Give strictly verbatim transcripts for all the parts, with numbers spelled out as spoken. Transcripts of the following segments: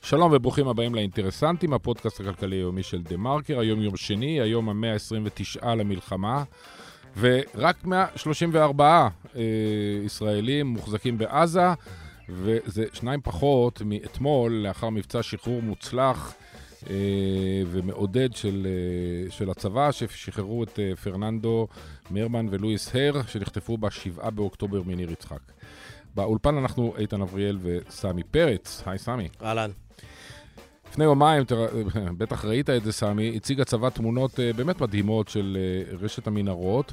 שלום וברוכים הבאים לאינטרסנטים, הפודקאסט הכלכלי היומי של דה מרקר. היום יום שני, היום ה-מאה עשרים ותשע למלחמה, ורק מאה שלושים וארבעה אה, ישראלים מוחזקים בעזה, וזה שניים פחות מאתמול, לאחר מבצע שחרור מוצלח אה, ומעודד של, אה, של הצבא, ששחררו את אה, פרננדו מרמן ולואיס הר, שנחטפו ב-שבעה באוקטובר מניר יצחק. באולפן אנחנו איתן אבריאל וסמי פרץ. היי סמי. אהלן. לפני יומיים, בטח ראית את זה סמי, הציג הצבא תמונות באמת מדהימות של רשת המנהרות,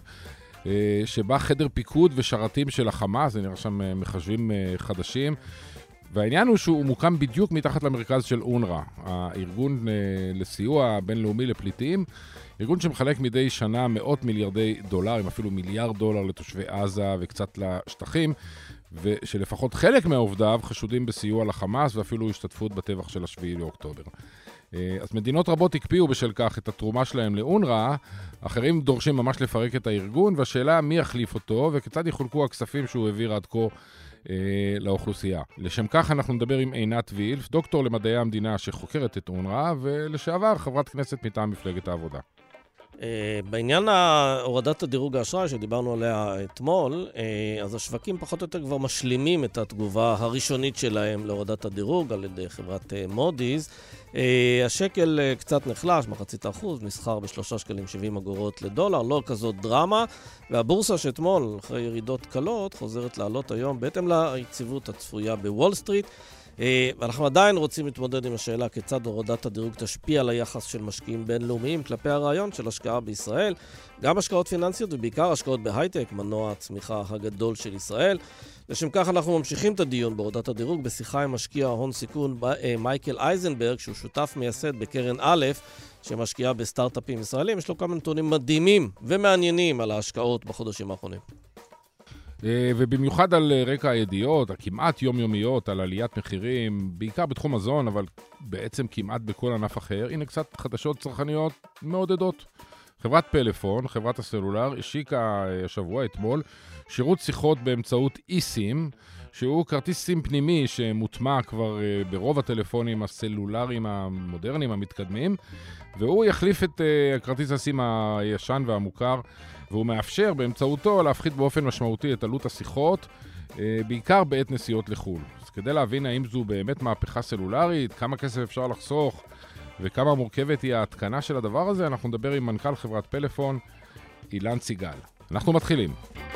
שבה חדר פיקוד ושרתים של החמאס, זה נראה שם מחשבים חדשים, והעניין הוא שהוא מוקם בדיוק מתחת למרכז של אונר"א, הארגון לסיוע בינלאומי לפליטים, ארגון שמחלק מדי שנה מאות מיליארדי דולרים, אפילו מיליארד דולר לתושבי עזה וקצת לשטחים, ושלפחות חלק מהעובדיו חשודים בסיוע לחמאס ואפילו השתתפות בטבח של השביעי לאוקטובר. אז מדינות רבות הקפיאו בשל כך את התרומה שלהם לאונר"א, אחרים דורשים ממש לפרק את הארגון, והשאלה מי יחליף אותו וכיצד יחולקו הכספים שהוא העביר עד כה אה, לאוכלוסייה. לשם כך אנחנו נדבר עם עינת וילף, דוקטור למדעי המדינה שחוקרת את אונר"א, ולשעבר חברת כנסת מטעם מפלגת העבודה. בעניין הורדת הדירוג האשראי שדיברנו עליה אתמול, אז השווקים פחות או יותר כבר משלימים את התגובה הראשונית שלהם להורדת הדירוג על ידי חברת מודי'ס. השקל קצת נחלש, מחצית האחוז, נסחר בשלושה שקלים שבעים אגורות לדולר, לא כזאת דרמה, והבורסה שאתמול, אחרי ירידות קלות, חוזרת לעלות היום בהתאם ליציבות הצפויה בוול סטריט. ואנחנו עדיין רוצים להתמודד עם השאלה כיצד הורדת הדירוג תשפיע על היחס של משקיעים בינלאומיים כלפי הרעיון של השקעה בישראל, גם השקעות פיננסיות ובעיקר השקעות בהייטק, מנוע הצמיחה הגדול של ישראל. לשם כך אנחנו ממשיכים את הדיון בהורדת הדירוג בשיחה עם משקיע הון סיכון מייקל אייזנברג, שהוא שותף מייסד בקרן א', שמשקיעה בסטארט-אפים ישראלים. יש לו כמה נתונים מדהימים ומעניינים על ההשקעות בחודשים האחרונים. ובמיוחד על רקע הידיעות, הכמעט יומיומיות, על עליית מחירים, בעיקר בתחום מזון, אבל בעצם כמעט בכל ענף אחר. הנה קצת חדשות צרכניות מעודדות. חברת פלאפון, חברת הסלולר, השיקה השבוע אתמול שירות שיחות באמצעות אי-סים, שהוא כרטיס סים פנימי שמוטמע כבר ברוב הטלפונים הסלולריים המודרניים המתקדמים, והוא יחליף את כרטיס הסים הישן והמוכר, והוא מאפשר באמצעותו להפחית באופן משמעותי את עלות השיחות, בעיקר בעת נסיעות לחו"ל. אז כדי להבין האם זו באמת מהפכה סלולרית, כמה כסף אפשר לחסוך, וכמה מורכבת היא ההתקנה של הדבר הזה, אנחנו נדבר עם מנכ"ל חברת פלאפון, אילן סיגל. אנחנו מתחילים.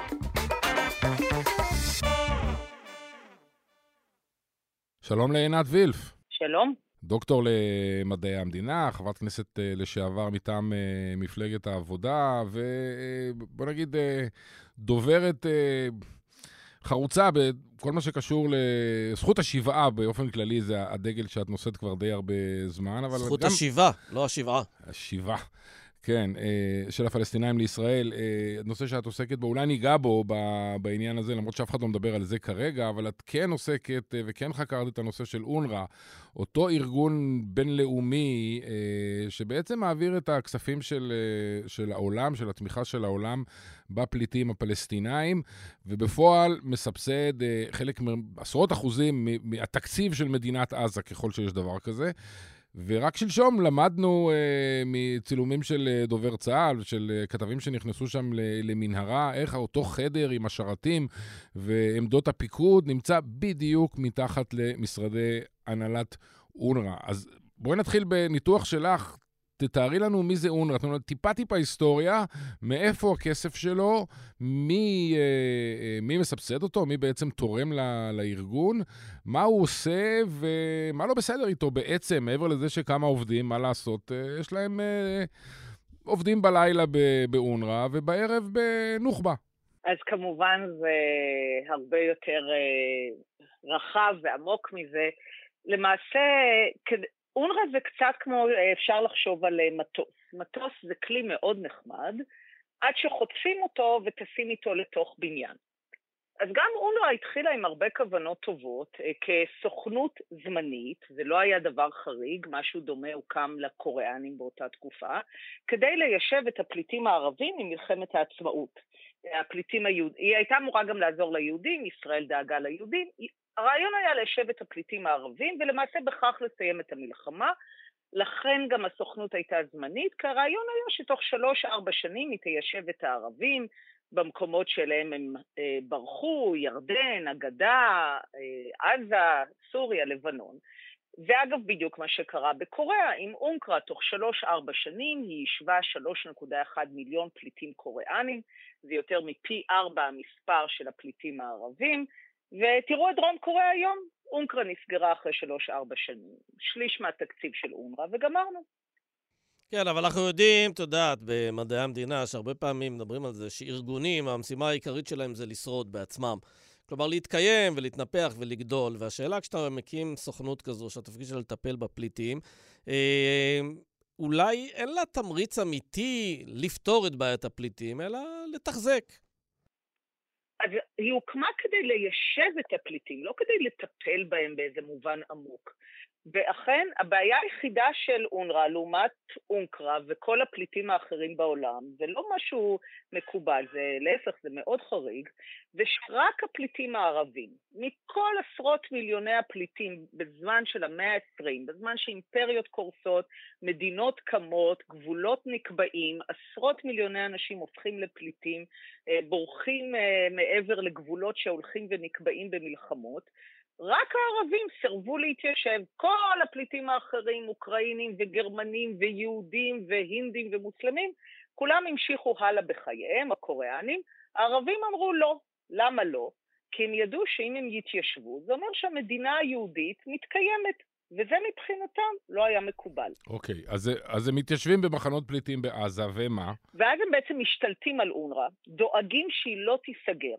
שלום לעינת וילף. שלום. דוקטור למדעי המדינה, חברת כנסת לשעבר מטעם מפלגת העבודה, ובוא נגיד דוברת חרוצה בכל מה שקשור לזכות השיבה באופן כללי, זה הדגל שאת נושאת כבר די הרבה זמן. אבל זכות גם... השיבה, לא השבעה. השיבה, כן, של הפלסטינאים לישראל. נושא שאת עוסקת בו, אולי ניגע בו בעניין הזה, למרות שאף אחד לא מדבר על זה כרגע, אבל את כן עוסקת וכן חקרת את הנושא של אונר"א, אותו ארגון בינלאומי שבעצם מעביר את הכספים של, של העולם, של התמיכה של העולם בפליטים הפלסטינאים, ובפועל מסבסד חלק, עשרות אחוזים מהתקציב של מדינת עזה, ככל שיש דבר כזה. ורק שלשום למדנו אה, מצילומים של אה, דובר צה"ל, של אה, כתבים שנכנסו שם למנהרה, איך אותו חדר עם השרתים ועמדות הפיקוד נמצא בדיוק מתחת למשרדי הנהלת אונר"א. אז בואי נתחיל בניתוח שלך, תתארי לנו מי זה אונר"א, תנו לנו טיפה טיפה היסטוריה, מאיפה הכסף שלו, מי, מי מסבסד אותו, מי בעצם תורם ל, לארגון, מה הוא עושה ומה לא בסדר איתו בעצם, מעבר לזה שכמה עובדים, מה לעשות, יש להם עובדים בלילה באונר"א ובערב בנוח'בה. אז כמובן זה הרבה יותר רחב ועמוק מזה. למעשה, אונר"א זה קצת כמו, אפשר לחשוב על מטוס. מטוס זה כלי מאוד נחמד, עד שחוטפים אותו וטסים איתו לתוך בניין. אז גם אונר"א התחילה עם הרבה כוונות טובות, כסוכנות זמנית, זה לא היה דבר חריג, משהו דומה הוקם לקוריאנים באותה תקופה, כדי ליישב את הפליטים הערבים ממלחמת העצמאות. הפליטים היהודים, היא הייתה אמורה גם לעזור ליהודים, ישראל דאגה ליהודים, הרעיון היה ליישב את הפליטים הערבים, ולמעשה בכך לסיים את המלחמה. לכן גם הסוכנות הייתה זמנית, כי הרעיון היה שתוך שלוש ארבע שנים היא תיישב את הערבים במקומות שלהם הם אה, ברחו, ירדן, הגדה, אה, עזה, סוריה, לבנון. ואגב בדיוק מה שקרה בקוריאה, עם אונקרה תוך שלוש ארבע שנים היא ישבה שלוש נקודה אחת מיליון פליטים קוריאנים, זה יותר מפי ארבע המספר של הפליטים הערבים, ותראו את דרום קוריאה היום, אונקרה נסגרה אחרי שלוש ארבע שנים, שליש מהתקציב של אונר"א וגמרנו. כן, אבל אנחנו יודעים, אתה יודעת, במדעי המדינה, שהרבה פעמים מדברים על זה, שארגונים, המשימה העיקרית שלהם זה לשרוד בעצמם. כלומר, להתקיים ולהתנפח ולגדול. והשאלה כשאתה מקים סוכנות כזו, שהתפקיד שלה לטפל בפליטים, אה, אולי אין לה תמריץ אמיתי לפתור את בעיית הפליטים, אלא לתחזק. אז היא הוקמה כדי ליישב את הפליטים, לא כדי לטפל בהם באיזה מובן עמוק. ואכן, הבעיה היחידה של אונר"א, לעומת אונקרה וכל הפליטים האחרים בעולם, זה לא משהו מקובל, זה להפך, זה מאוד חריג, זה שרק הפליטים הערבים, מכל עשרות מיליוני הפליטים בזמן של המאה ה-עשרים, בזמן שאימפריות קורסות, מדינות קמות, גבולות נקבעים, עשרות מיליוני אנשים הופכים לפליטים, בורחים מעבר לגבולות שהולכים ונקבעים במלחמות, רק הערבים סרבו להתיישב, כל הפליטים האחרים, אוקראינים וגרמנים ויהודים והינדים ומוסלמים, כולם המשיכו הלאה בחייהם, הקוריאנים, הערבים אמרו לא. למה לא? כי הם ידעו שאם הם יתיישבו, זה אומר שהמדינה היהודית מתקיימת, וזה מבחינתם לא היה מקובל. אוקיי, אז, אז הם מתיישבים במחנות פליטים בעזה, ומה? ואז הם בעצם משתלטים על אונר"א, דואגים שהיא לא תיסגר,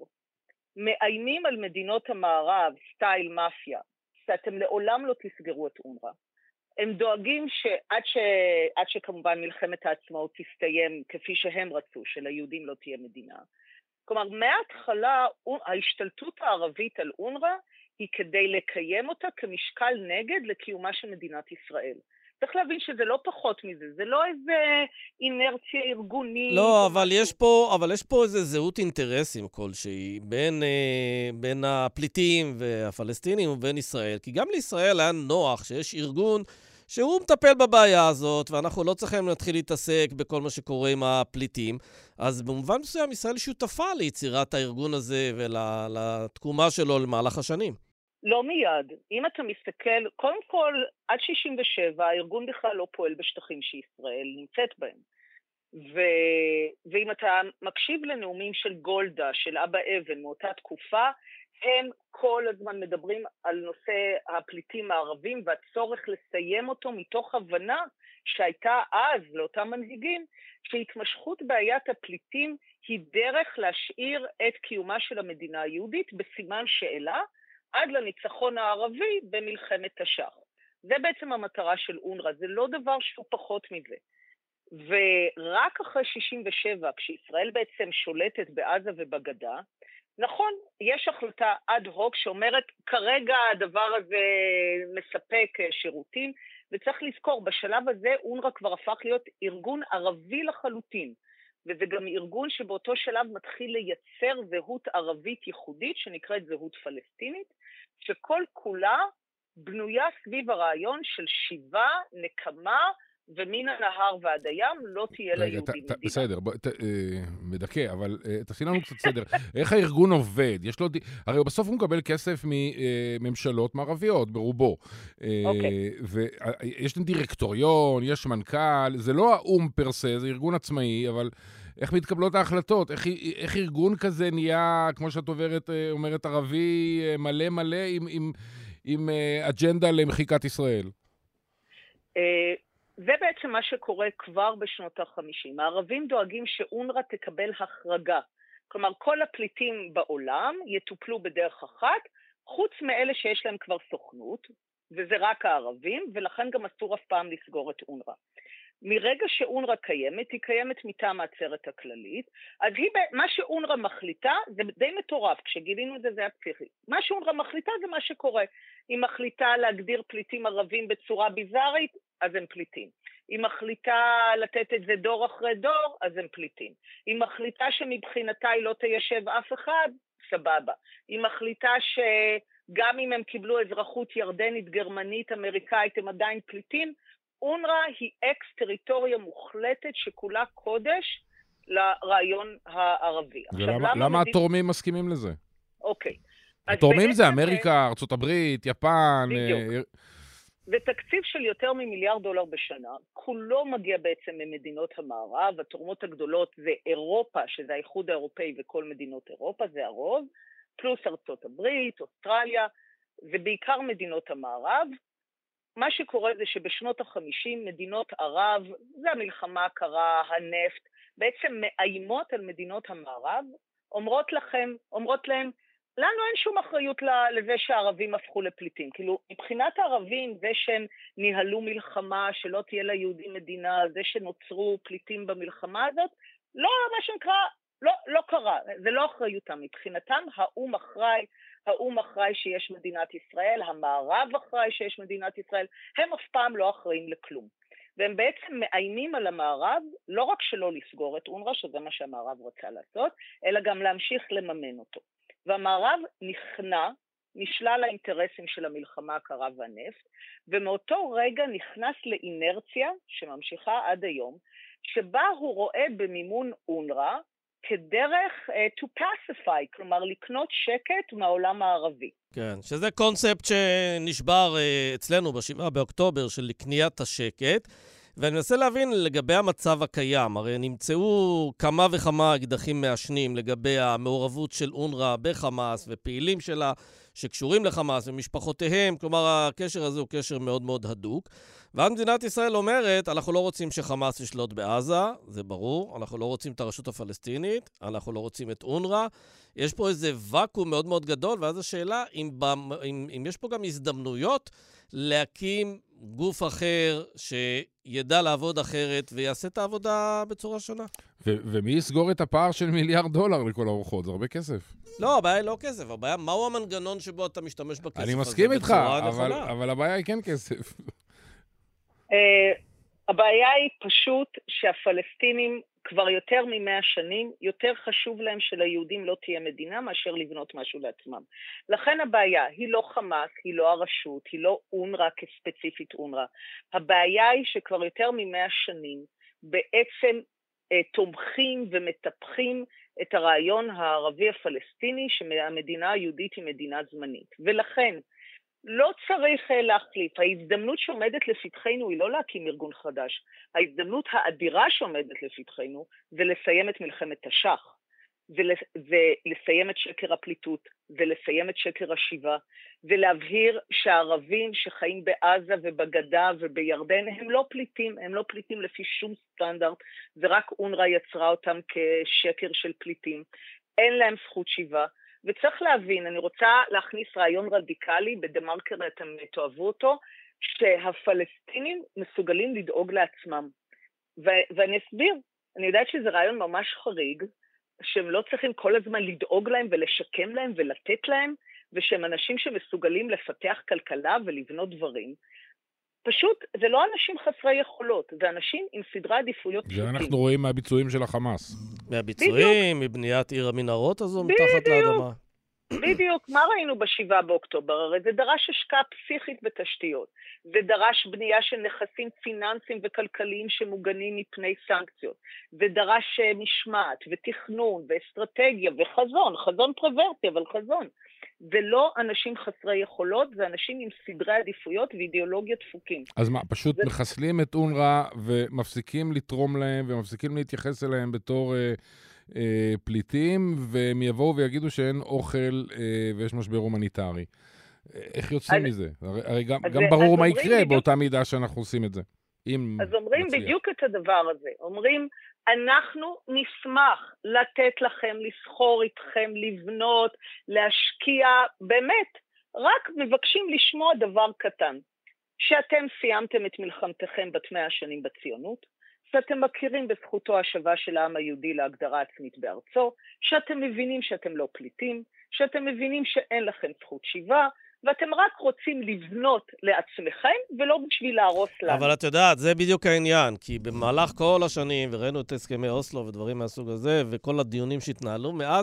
מאיימים על מדינות המערב, סטייל מאפיה, שאתם לעולם לא תסגרו את אונר"א. הם דואגים שעד ש... עד שכמובן מלחמת העצמאות תסתיים כפי שהם רצו, שליהודים לא תהיה מדינה. כלומר, מההתחלה ההשתלטות הערבית על אונר"א היא כדי לקיים אותה כמשקל נגד לקיומה של מדינת ישראל. צריך להבין שזה לא פחות מזה, זה לא איזה אינרציה ארגונית. לא, אבל יש פה, אבל יש פה איזה זהות אינטרסים כלשהי בין, אה, בין הפליטים והפלסטינים ובין ישראל, כי גם לישראל היה נוח שיש ארגון שהוא מטפל בבעיה הזאת, ואנחנו לא צריכים להתחיל להתעסק בכל מה שקורה עם הפליטים, אז במובן מסוים ישראל שותפה ליצירת הארגון הזה ולתקומה שלו למהלך השנים. לא מיד. אם אתה מסתכל, קודם כל, עד שישים ושבע, הארגון בכלל לא פועל בשטחים שישראל נמצאת בהם. ו... ואם אתה מקשיב לנאומים של גולדה, של אבא אבן, מאותה תקופה, הם כל הזמן מדברים על נושא הפליטים הערבים, והצורך לסיים אותו מתוך הבנה שהייתה אז לאותם מנהיגים, שהתמשכות בעיית הפליטים היא דרך להשאיר את קיומה של המדינה היהודית בסימן שאלה, עד לניצחון הערבי במלחמת תש"ח. זה בעצם המטרה של אונר"א, זה לא דבר שהוא פחות מזה. ורק אחרי שישים ושבע, כשישראל בעצם שולטת בעזה ובגדה, נכון, יש החלטה אד הוק שאומרת, כרגע הדבר הזה מספק שירותים, וצריך לזכור, בשלב הזה אונר"א כבר הפך להיות ארגון ערבי לחלוטין, וזה גם ארגון שבאותו שלב מתחיל לייצר זהות ערבית ייחודית, שנקראת זהות פלסטינית, שכל כולה בנויה סביב הרעיון של שיבה, נקמה, ומן הנהר ועד הים לא תהיה ליהודים מדינה. בסדר, בוא, ת, אה, מדכא, אבל אה, תעשי לנו קצת סדר. איך הארגון עובד? יש לו, הרי בסוף הוא מקבל כסף מממשלות מערביות, ברובו. אוקיי. ויש דירקטוריון, יש מנכ"ל, זה לא האום פרסה, זה ארגון עצמאי, אבל איך מתקבלות ההחלטות? איך, איך ארגון כזה נהיה, כמו שאת אומרת, אומרת ערבי, מלא מלא עם, עם, עם אג'נדה למחיקת ישראל? אה... זה בעצם מה שקורה כבר בשנות ה-חמישים. הערבים דואגים שאונר"א תקבל החרגה. כלומר, כל הפליטים בעולם יטופלו בדרך אחת, חוץ מאלה שיש להם כבר סוכנות, וזה רק הערבים, ולכן גם אסור אף פעם לסגור את אונר"א. מרגע שאונר"א קיימת, היא קיימת מטעם העצרת הכללית, אז היא, מה שאונר"א מחליטה, זה די מטורף, כשגילינו את זה זה היה פסיכי. מה שאונר"א מחליטה זה מה שקורה. היא מחליטה להגדיר פליטים ערבים בצורה ביזארית, אז הם פליטים. היא מחליטה לתת את זה דור אחרי דור, אז הם פליטים. היא מחליטה שמבחינתה היא לא תיישב אף אחד, סבבה. היא מחליטה שגם אם הם קיבלו אזרחות ירדנית, גרמנית, אמריקאית, הם עדיין פליטים, אונר"א היא אקס-טריטוריה מוחלטת שכולה קודש לרעיון הערבי. ולמה למה התורמים מסכימים לזה? אוקיי. התורמים זה אמריקה, ארצות הברית, יפן. בדיוק. ותקציב של יותר ממיליארד דולר בשנה, כולו מגיע בעצם ממדינות המערב, התורמות הגדולות זה אירופה, שזה האיחוד האירופאי וכל מדינות אירופה, זה הרוב, פלוס ארצות הברית, אוסטרליה, ובעיקר מדינות המערב. מה שקורה זה שבשנות החמישים מדינות ערב, זה המלחמה הקרה, הנפט, בעצם מאיימות על מדינות המערב, אומרות לכם, אומרות להם, לנו אין שום אחריות לזה שהערבים הפכו לפליטים. כאילו, מבחינת הערבים, זה שהם ניהלו מלחמה, שלא תהיה ליהודים מדינה, זה שנוצרו פליטים במלחמה הזאת, לא, מה שנקרא, לא, לא קרה. זה לא אחריותם. מבחינתם, האום אחראי, האום אחראי שיש מדינת ישראל, המערב אחראי שיש מדינת ישראל, הם אף פעם לא אחראים לכלום. והם בעצם מאיימים על המערב, לא רק שלא לסגור את אונר"א, שזה מה שהמערב רוצה לעשות, אלא גם להמשיך לממן אותו. והמערב נכנע, נשלל האינטרסים של המלחמה הקרה והנפט, ומאותו רגע נכנס לאינרציה, שממשיכה עד היום, שבה הוא רואה במימון אונר"א, כדרך uh, to pacify, כלומר לקנות שקט מהעולם הערבי. כן, שזה קונספט שנשבר uh, אצלנו בשבעה באוקטובר של קניית השקט, ואני מנסה להבין לגבי המצב הקיים, הרי נמצאו כמה וכמה אקדחים מעשנים לגבי המעורבות של אונר"א בחמאס ופעילים שלה שקשורים לחמאס ומשפחותיהם, כלומר הקשר הזה הוא קשר מאוד מאוד הדוק, ואז מדינת ישראל אומרת, אנחנו לא רוצים שחמאס ישלוט בעזה, זה ברור, אנחנו לא רוצים את הרשות הפלסטינית, אנחנו לא רוצים את אונר"א, יש פה איזה וקום מאוד מאוד גדול, ואז השאלה אם, אם, אם יש פה גם הזדמנויות להקים גוף אחר שידע לעבוד אחרת ויעשה את העבודה בצורה שונה. ו- ומי יסגור את הפער של מיליארד דולר לכל הרוחות? זה הרבה כסף. לא, הבעיה היא לא כסף. הבעיה, מהו המנגנון שבו אתה משתמש בכסף הזה? אני מסכים איתך, אבל, אבל הבעיה היא כן כסף. הבעיה היא פשוט שהפלסטינים כבר יותר ממאה שנים, יותר חשוב להם שליהודים לא תהיה מדינה מאשר לבנות משהו לעצמם. לכן הבעיה היא לא חמאס, היא לא הרשות, היא לא אונר"א כספציפית אונר"א. הבעיה היא שכבר יותר ממאה שנים בעצם אה, תומכים ומטפחים את הרעיון הערבי הפלסטיני שהמדינה היהודית היא מדינה זמנית. ולכן לא צריך להחליף. ההזדמנות שעומדת לפתחנו היא לא להקים ארגון חדש. ההזדמנות האדירה שעומדת לפתחנו זה לסיים את מלחמת השח, ולסיים את שקר הפליטות, ולסיים את שקר השיבה, ולהבהיר שהערבים שחיים בעזה ובגדה ובירדן הם לא פליטים, הם לא פליטים לפי שום סטנדרט, זה רק אונר"א יצרה אותם כשקר של פליטים. אין להם זכות שיבה. וצריך להבין, אני רוצה להכניס רעיון רדיקלי, בדמרקר אתם תאהבו אותו, שהפלסטינים מסוגלים לדאוג לעצמם. ו- ואני אסביר, אני יודעת שזה רעיון ממש חריג, שהם לא צריכים כל הזמן לדאוג להם ולשקם להם ולתת להם, ושהם אנשים שמסוגלים לפתח כלכלה ולבנות דברים. פשוט, זה לא אנשים חסרי יכולות, זה אנשים עם סדרי עדיפויות פשוטים. זה אנחנו רואים מהביצועים של החמאס. מהביצועים, מבניית עיר המנהרות הזו מתחת לאדמה. בדיוק, מה ראינו בשבעה באוקטובר? הרי זה דרש השקעה פסיכית בתשתיות, זה דרש בנייה של נכסים פיננסיים וכלכליים שמוגנים מפני סנקציות, זה דרש משמעת ותכנון ואסטרטגיה וחזון, חזון פרוורטי, אבל חזון. זה לא אנשים חסרי יכולות, זה אנשים עם סדרי עדיפויות ואידיאולוגיה דפוקים. אז מה, פשוט זה... מחסלים את אונר"א ומפסיקים לתרום להם ומפסיקים להתייחס אליהם בתור אה, אה, פליטים, והם יבואו ויגידו שאין אוכל אה, ויש משבר הומניטרי. איך יוצאים אז, מזה? הרי, הרי גם, גם זה, ברור מה יקרה בדיוק... באותה מידה שאנחנו עושים את זה. אז אומרים מצליח. בדיוק את הדבר הזה. אומרים, אנחנו נשמח לתת לכם, לסחור איתכם, לבנות, להשקיע, באמת, רק מבקשים לשמוע דבר קטן, שאתם סיימתם את מלחמתכם בת מאה השנים בציונות, שאתם מכירים בזכותו השווה של העם היהודי להגדרה עצמית בארצו, שאתם מבינים שאתם לא פליטים, שאתם מבינים שאין לכם זכות שיבה, ואתם רק רוצים לבנות לעצמכם, ולא בשביל להרוס לנו. אבל את יודעת, זה בדיוק העניין, כי במהלך כל השנים, וראינו את הסכמי אוסלו ודברים מהסוג הזה, וכל הדיונים שהתנהלו מאז,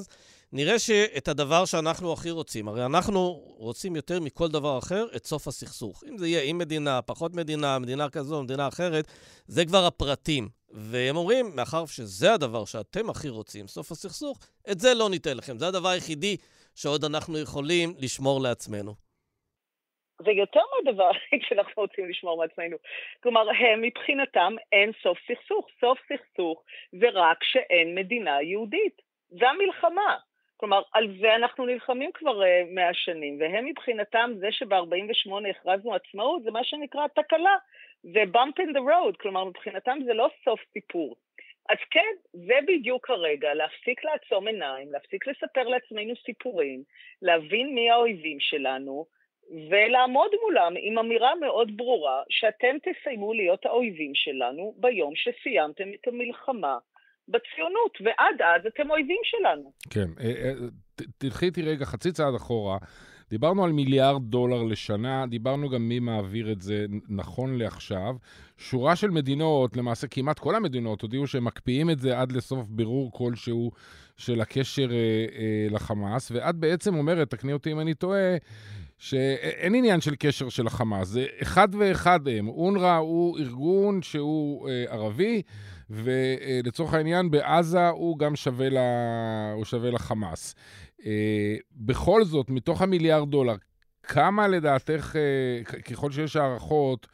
נראה שאת הדבר שאנחנו הכי רוצים, הרי אנחנו רוצים יותר מכל דבר אחר את סוף הסכסוך. אם זה יהיה עם מדינה, פחות מדינה, מדינה כזו, מדינה אחרת, זה כבר הפרטים. והם אומרים, מאחר שזה הדבר שאתם הכי רוצים, סוף הסכסוך, את זה לא ניתן לכם. זה הדבר היחידי שעוד אנחנו יכולים לשמור לעצמנו. זה יותר מהדבר שאנחנו רוצים לשמור מעצמנו. כלומר, הם מבחינתם אין סוף סכסוך. סוף סכסוך זה רק שאין מדינה יהודית. זה המלחמה. כלומר, על זה אנחנו נלחמים כבר uh, מאה שנים, והם מבחינתם זה שב-ארבעים ושמונה הכרזנו עצמאות, זה מה שנקרא תקלה. זה bump in the road, כלומר, מבחינתם זה לא סוף סיפור. אז כן, זה בדיוק הרגע, להפסיק לעצום עיניים, להפסיק לספר לעצמנו סיפורים, להבין מי האויבים שלנו, ולעמוד מולם עם אמירה מאוד ברורה, שאתם תסיימו להיות האויבים שלנו ביום שסיימתם את המלחמה בציונות, ועד אז אתם אויבים שלנו. כן, תלכי איתי רגע חצי צעד אחורה, דיברנו על מיליארד דולר לשנה, דיברנו גם מי מעביר את זה נכון לעכשיו. שורה של מדינות, למעשה כמעט כל המדינות, הודיעו שהם מקפיאים את זה עד לסוף בירור כלשהו של הקשר אה, אה, לחמאס, ואת בעצם אומרת, תקני אותי אם אני טועה, שאין עניין של קשר של החמאס, זה אחד ואחד הם. אונר"א הוא ארגון שהוא אה, ערבי, ולצורך העניין בעזה הוא גם שווה, לה, הוא שווה לחמאס. Uh, בכל זאת, מתוך המיליארד דולר, כמה לדעתך, uh, ככל שיש הערכות,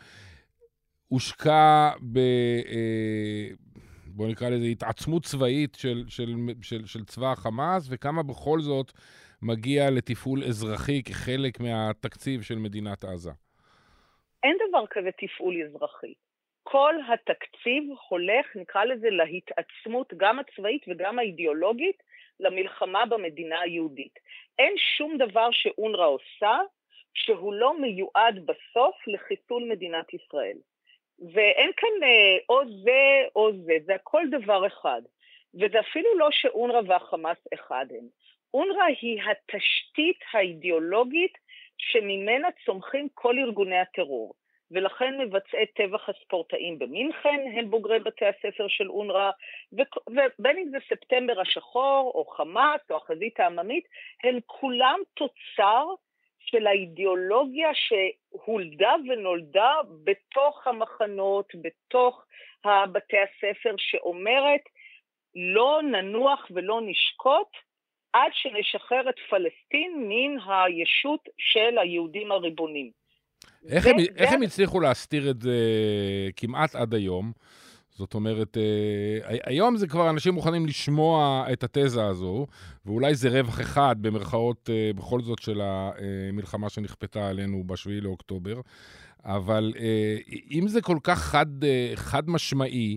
הושקע ב... Uh, בוא נקרא לזה התעצמות צבאית של, של, של, של צבא החמאס, וכמה בכל זאת מגיע לתפעול אזרחי כחלק מהתקציב של מדינת עזה? אין דבר כזה תפעול אזרחי. כל התקציב הולך, נקרא לזה, להתעצמות גם הצבאית וגם האידיאולוגית, למלחמה במדינה היהודית. אין שום דבר שאונר"א עושה שהוא לא מיועד בסוף לחיסול מדינת ישראל. ואין כאן או זה או זה, זה הכל דבר אחד. וזה אפילו לא שאונר"א והחמאס אחד הם. אונר"א היא התשתית האידיאולוגית שממנה צומחים כל ארגוני הטרור. ולכן מבצעי טבח הספורטאים במינכן, הם בוגרי בתי הספר של אונר"א, ובין אם זה ספטמבר השחור, או חמאס, או החזית העממית, הם כולם תוצר של האידיאולוגיה שהולדה ונולדה בתוך המחנות, בתוך בתי הספר, שאומרת, לא ננוח ולא נשקוט, עד שנשחרר את פלסטין מן הישות של היהודים הריבונים. איך הם, איך הם הצליחו להסתיר את זה כמעט עד היום? זאת אומרת, היום זה כבר אנשים מוכנים לשמוע את התזה הזו, ואולי זה רווח אחד במרכאות בכל זאת של המלחמה שנכפתה עלינו בשביעי לאוקטובר, אבל אם זה כל כך חד, חד משמעי,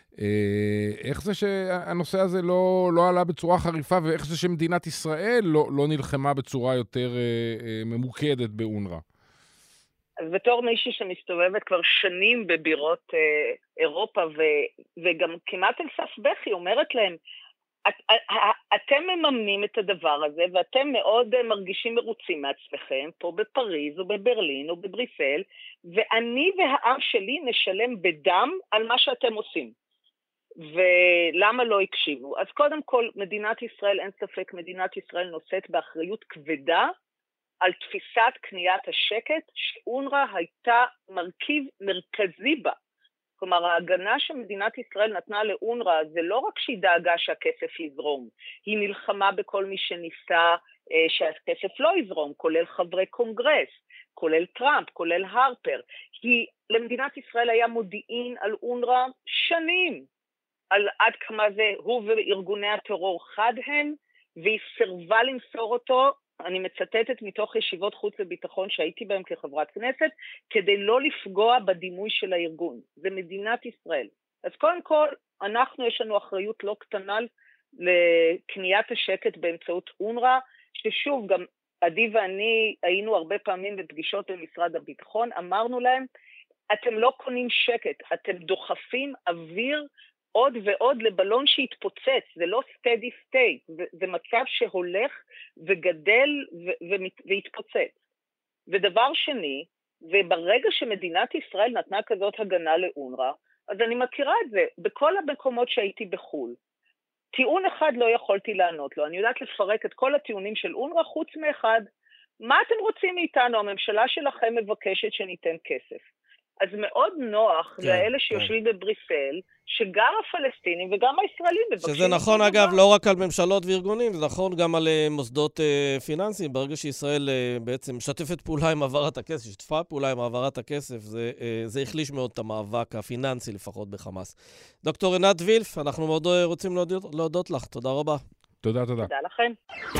איך זה שהנושא הזה לא, לא עלה בצורה חריפה, ואיך זה שמדינת ישראל לא, לא נלחמה בצורה יותר ממוקדת באונר"א? אז בתור מישהי שמסתובבת כבר שנים בבירות אה, אירופה, ו, וגם כמעט על סף בכי, אומרת להם, את, אתם מממנים את הדבר הזה, ואתם מאוד מרגישים מרוצים מעצמכם, פה בפריז, או בברלין, או בבריסל, ואני והעם שלי נשלם בדם על מה שאתם עושים. ולמה לא הקשיבו? אז קודם כל, מדינת ישראל, אין ספק, מדינת ישראל נושאת באחריות כבדה, על תפיסת קניית השקט, שאונר"א הייתה מרכיב מרכזי בה. כלומר, ההגנה שמדינת ישראל נתנה לאונר"א, זה לא רק שהיא דאגה שהכסף יזרום, היא נלחמה בכל מי שניסה אה, שהכסף לא יזרום, כולל חברי קונגרס, כולל טראמפ, כולל הרפר. היא, למדינת ישראל היה מודיעין על אונר"א שנים, על עד כמה זה הוא וארגוני הטרור חד הם, והיא סרבה למסור אותו, אני מצטטת מתוך ישיבות חוץ וביטחון שהייתי בהם כחברת כנסת, כדי לא לפגוע בדימוי של הארגון. זה מדינת ישראל. אז קודם כל, אנחנו יש לנו אחריות לא קטנה לקניית השקט באמצעות אונר"א, ששוב, גם עדי ואני היינו הרבה פעמים בפגישות במשרד הביטחון, אמרנו להם, אתם לא קונים שקט, אתם דוחפים אוויר עוד ועוד לבלון שהתפוצץ, זה לא steady state, זה, זה מצב שהולך וגדל ו- ו- והתפוצץ. ודבר שני, וברגע שמדינת ישראל נתנה כזאת הגנה לאונר"א, אז אני מכירה את זה בכל המקומות שהייתי בחול. טיעון אחד לא יכולתי לענות לו, אני יודעת לפרק את כל הטיעונים של אונר"א חוץ מאחד, מה אתם רוצים מאיתנו? הממשלה שלכם מבקשת שניתן כסף. אז מאוד נוח כן, לאלה שיושבים כן. בבריסל, שגם הפלסטינים וגם הישראלים מבקשים... שזה נכון אגב דבר. לא רק על ממשלות וארגונים, זה נכון גם על מוסדות uh, פיננסיים. ברגע שישראל uh, בעצם משתפת פעולה עם העברת הכסף, שתפה פעולה עם העברת הכסף, זה, uh, זה החליש מאוד את המאבק הפיננסי לפחות בחמאס. דוקטור עינת וילף, אנחנו מאוד רוצים להודות, להודות לך. תודה רבה. תודה, תודה. תודה לכם.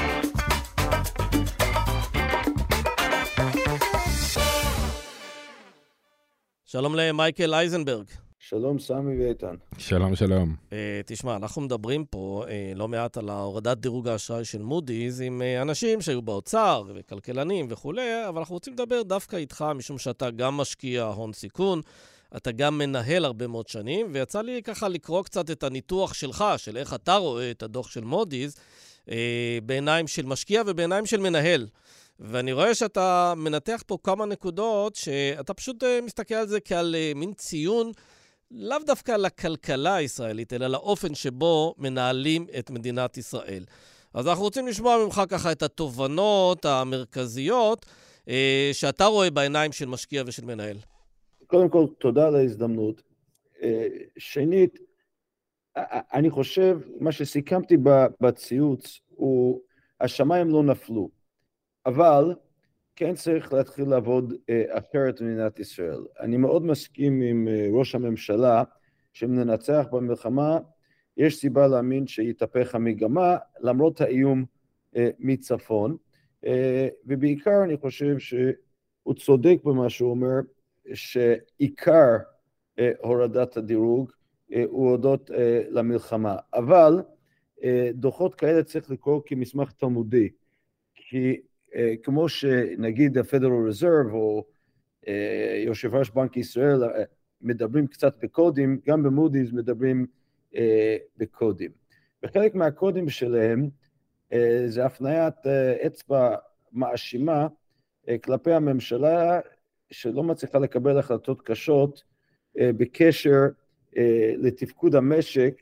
שלום למייקל אייזנברג. שלום סמי ואיתן. שלום, שלום. Uh, תשמע, אנחנו מדברים פה uh, לא מעט על הורדת דירוג האשראי של מודי'ס עם uh, אנשים שהיו באוצר וכלכלנים וכולי, אבל אנחנו רוצים לדבר דווקא איתך, משום שאתה גם משקיע הון סיכון, אתה גם מנהל הרבה מאוד שנים, ויצא לי ככה לקרוא קצת את הניתוח שלך, של איך אתה רואה את הדוח של מודי'ס, uh, בעיניים של משקיע ובעיניים של מנהל. ואני רואה שאתה מנתח פה כמה נקודות שאתה פשוט מסתכל על זה כעל מין ציון, לאו דווקא לכלכלה הישראלית, אלא לאופן שבו מנהלים את מדינת ישראל. אז אנחנו רוצים לשמוע ממך ככה את התובנות המרכזיות שאתה רואה בעיניים של משקיע ושל מנהל. קודם כל, תודה על ההזדמנות. שנית, אני חושב, מה שסיכמתי בציוץ הוא, השמיים לא נפלו. אבל כן צריך להתחיל לעבוד אחרת במדינת ישראל. אני מאוד מסכים עם ראש הממשלה, שאם ננצח במלחמה, יש סיבה להאמין שיתהפך המגמה, למרות האיום מצפון, ובעיקר אני חושב שהוא צודק במה שהוא אומר, שעיקר הורדת הדירוג הוא הודות למלחמה. אבל דוחות כאלה צריך לקרוא כמסמך תלמודי, כי כמו שנגיד ה-Federal Reserve או יושב ראש בנק ישראל מדברים קצת בקודים, גם במודי'ס מדברים בקודים. וחלק מהקודים שלהם זה הפניית אצבע מאשימה כלפי הממשלה שלא מצליחה לקבל החלטות קשות בקשר לתפקוד המשק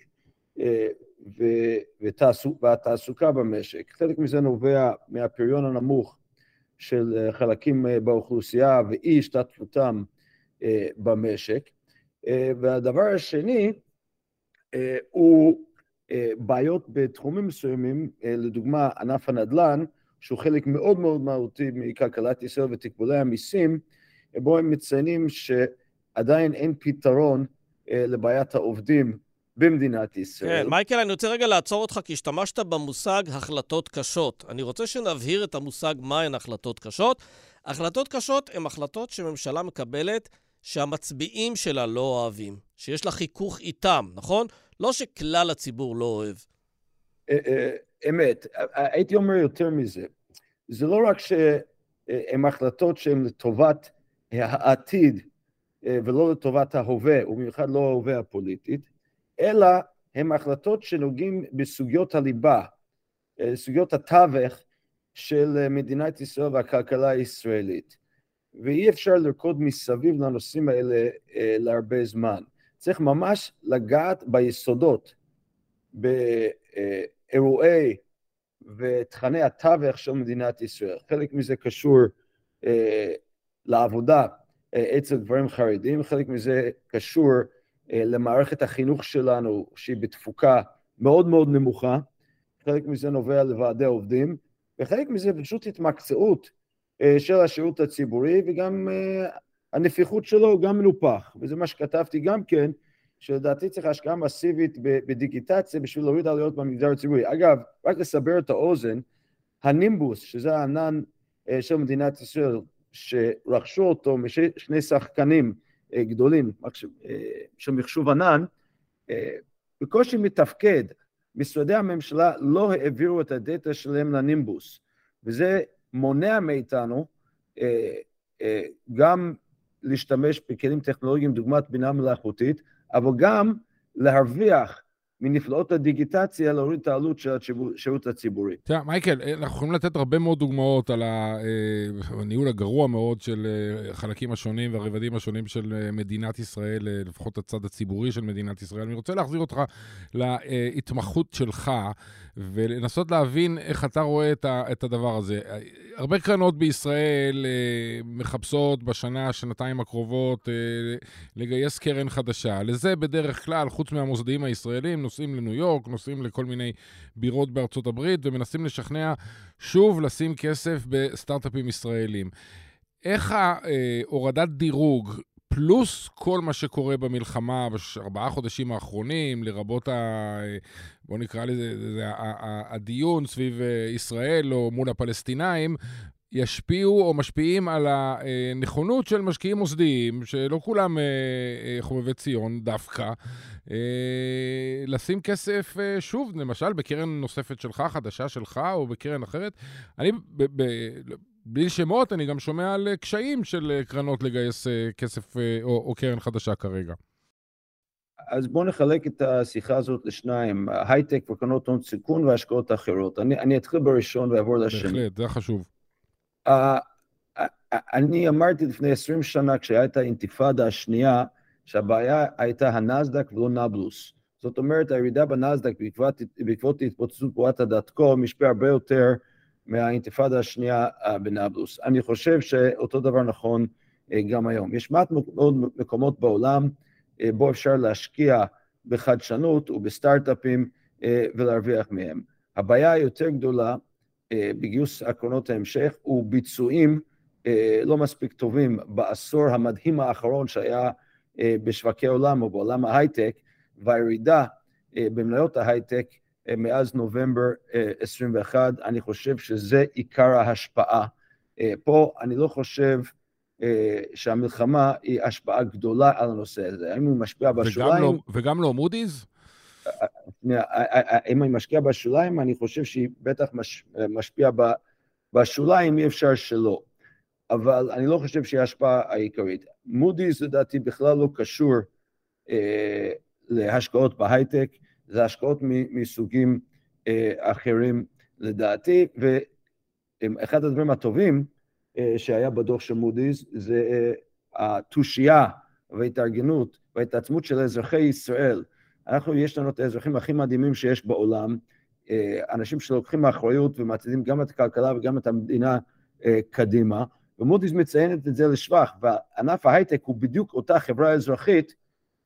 והתעסוקה במשק. חלק מזה נובע מהפריון הנמוך של חלקים באוכלוסייה ואי השתתפותם במשק. והדבר השני הוא בעיות בתחומים מסוימים, לדוגמה ענף הנדל"ן, שהוא חלק מאוד מאוד מהותי מכלכלת ישראל ותקבולי המיסים, בו הם מציינים שעדיין אין פתרון לבעיית העובדים במדינת ישראל. כן, מייקל, אני רוצה רגע לעצור אותך, כי השתמשת במושג החלטות קשות. אני רוצה שנבהיר את המושג מהן החלטות קשות. החלטות קשות הן החלטות שממשלה מקבלת שהמצביעים שלה לא אוהבים, שיש לה חיכוך איתם, נכון? לא שכלל הציבור לא אוהב. אמת, הייתי אומר יותר מזה. זה לא רק שהן החלטות שהן לטובת העתיד, ולא לטובת ההווה, ובמיוחד לא ההווה הפוליטית, אלא הם החלטות שנוגעים בסוגיות הליבה, סוגיות התווך של מדינת ישראל והכלכלה הישראלית. ואי אפשר לרקוד מסביב לנושאים האלה להרבה זמן. צריך ממש לגעת ביסודות, באירועי ותכני התווך של מדינת ישראל. חלק מזה קשור לעבודה אצל גברים חרדים, חלק מזה קשור למערכת החינוך שלנו, שהיא בתפוקה מאוד מאוד נמוכה, חלק מזה נובע לוועדי עובדים, וחלק מזה פשוט התמקצעות של השירות הציבורי, וגם הנפיחות שלו גם מנופח, וזה מה שכתבתי גם כן, שלדעתי צריך השקעה מסיבית בדיגיטציה, בשביל להוריד עלויות במגזר הציבורי. אגב, רק לסבר את האוזן, הנימבוס, שזה הענן של מדינת ישראל, שרכשו אותו משני שחקנים גדולים של מחשוב ענן, בקושי מתפקד. משרדי הממשלה לא העבירו את הדאטה שלהם לנימבוס, וזה מונע מאיתנו גם להשתמש בכלים טכנולוגיים דוגמת בינה מלאכותית, אבל גם להרוויח מנפלאות הדיגיטציה להוריד את העלות של השירות הציבורי. תראה, מייקל, אנחנו יכולים לתת הרבה מאוד דוגמאות על הניהול הגרוע מאוד של החלקים השונים והרבדים השונים של מדינת ישראל, לפחות הצד הציבורי של מדינת ישראל. אני רוצה להחזיר אותך להתמחות שלך, ולנסות להבין איך אתה רואה את הדבר הזה. הרבה קרנות בישראל מחפשות בשנה, שנתיים הקרובות, לגייס קרן חדשה. לזה בדרך כלל, חוץ מהמוסדיים הישראלים, נוסעים לניו יורק, נוסעים לכל מיני בירות בארצות הברית, ומנסים לשכנע שוב לשים כסף בסטארט-אפים ישראלים. איך ההורדת דירוג, פלוס כל מה שקורה במלחמה בארבעה חודשים האחרונים, לרבות, ה, בוא נקרא לזה, זה, הדיון סביב ישראל או מול הפלסטינאים, ישפיעו או משפיעים על הנכונות של משקיעים מוסדיים, שלא כולם חובבי ציון דווקא, לשים כסף שוב, למשל בקרן נוספת שלך, חדשה שלך, או בקרן אחרת. אני, ב, ב, בלי שמות, אני גם שומע על קשיים של קרנות לגייס כסף או, או קרן חדשה כרגע. אז בואו נחלק את השיחה הזאת לשניים, הייטק וקרנות הון סיכון והשקעות אחרות. אני, אני אתחיל בראשון ועבור לשני. בהחלט, זה חשוב. Uh, אני אמרתי לפני עשרים שנה, כשהייתה האינתיפאדה השנייה, שהבעיה הייתה הנסדק ולא נבלוס. זאת אומרת, הירידה בנסדק בעקבות התפוצצות בועת הדאט-קום, משפיע הרבה יותר מהאינתיפאדה השנייה uh, בנבלוס. אני חושב שאותו דבר נכון uh, גם היום. יש מעט מאוד מקומות בעולם, uh, בו אפשר להשקיע בחדשנות ובסטארט-אפים uh, ולהרוויח מהם. הבעיה היותר גדולה, בגיוס עקרונות ההמשך, וביצועים לא מספיק טובים בעשור המדהים האחרון שהיה בשווקי עולם או בעולם ההייטק, והירידה במניות ההייטק מאז נובמבר עשרים ואחת, אני חושב שזה עיקר ההשפעה. פה אני לא חושב שהמלחמה היא השפעה גדולה על הנושא הזה. האם הוא משפיע בשוליים? וגם לא, וגם לא מודי'ס? אם אני משקיע בשוליים, אני חושב שהיא בטח משפיעה בשוליים, אי אפשר שלא. אבל אני לא חושב שהיא השפעה העיקרית. מודי'ס, לדעתי, בכלל לא קשור אה, להשקעות בהייטק, זה השקעות מסוגים אה, אחרים לדעתי, ואחד הדברים הטובים אה, שהיה בדוח של מודי'ס, זה אה, התושייה וההתארגנות וההתעצמות של אזרחי ישראל. אנחנו, יש לנו את האזרחים הכי מדהימים שיש בעולם, אנשים שלוקחים האחריות ומעצידים גם את הכלכלה וגם את המדינה קדימה, ומודי'ס מציינת את זה לשבח, וענף ההייטק הוא בדיוק אותה חברה אזרחית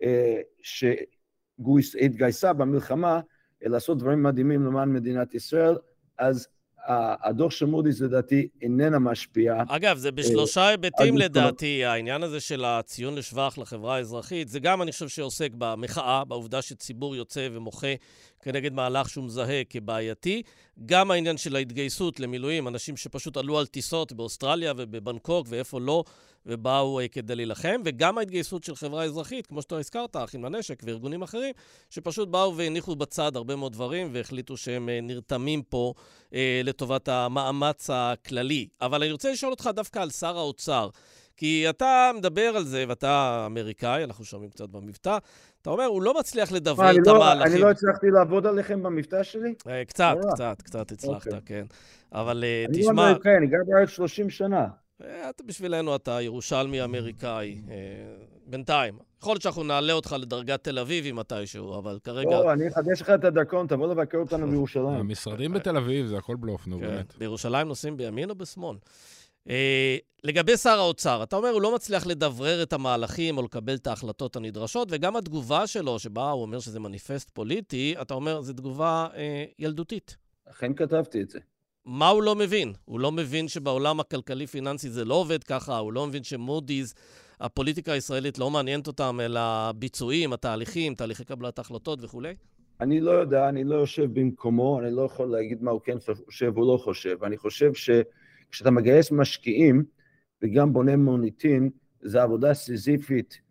שהתגייסה במלחמה לעשות דברים מדהימים למען מדינת ישראל, אז הדוח של מודי'ס לדעתי איננה משפיעה. אגב, זה בשלושה היבטים לדעתי, העניין הזה של הציון לשבח לחברה האזרחית, זה גם אני חושב שעוסק במחאה, בעובדה שציבור יוצא ומוחה כנגד מהלך שהוא מזהה כבעייתי, גם העניין של ההתגייסות למילואים, אנשים שפשוט עלו על טיסות באוסטרליה ובבנקוק ואיפה לא, ובאו כדי להילחם, וגם ההתגייסות של חברה אזרחית, כמו שאתה הזכרת, אחים לנשק וארגונים אחרים, שפשוט באו והניחו בצד הרבה מאוד דברים, והחליטו שהם נרתמים פה אה, לטובת המאמץ הכללי. אבל אני רוצה לשאול אותך דווקא על שר האוצר, כי אתה מדבר על זה, ואתה אמריקאי, אנחנו שומעים קצת במבטא, אתה אומר, הוא לא מצליח לדבר את המהלכים. אני לא הצלחתי לעבוד עליכם במבטא שלי? קצת, קצת, קצת הצלחת, כן. אבל תשמע... אני לא אמריקאי, אני גר בארץ שלושים שנה. אתה בשבילנו, אתה ירושלמי אמריקאי, בינתיים. יכול להיות שאנחנו נעלה אותך לדרגת תל אביבי מתישהו, אבל כרגע... לא, אני אחדש לך את הדרכון, תבוא לבקר אותנו בירושלים. המשרדים בתל אביב, זה הכל בלוף, נו, באמת. בירושלים נוסעים בימין או בשמאל? לגבי שר האוצר, אתה אומר, הוא לא מצליח לדברר את המהלכים או לקבל את ההחלטות הנדרשות, וגם התגובה שלו, שבה הוא אומר שזה מניפסט פוליטי, אתה אומר, זו תגובה ילדותית. אכן כתבתי את זה. מה הוא לא מבין? הוא לא מבין שבעולם הכלכלי-פיננסי זה לא עובד ככה, הוא לא מבין שמודי'ס, הפוליטיקה הישראלית לא מעניינת אותם, אלא ביצועים, התהליכים, תהליכי קבלת החלטות וכו'? אני לא יודע, אני לא יושב במקומו, אני לא יכול להגיד מה הוא כן חושב או לא חושב. אני חושב שכשאתה מגייס משקיעים, וגם בונה מוניטין, זו עבודה סיזיפית,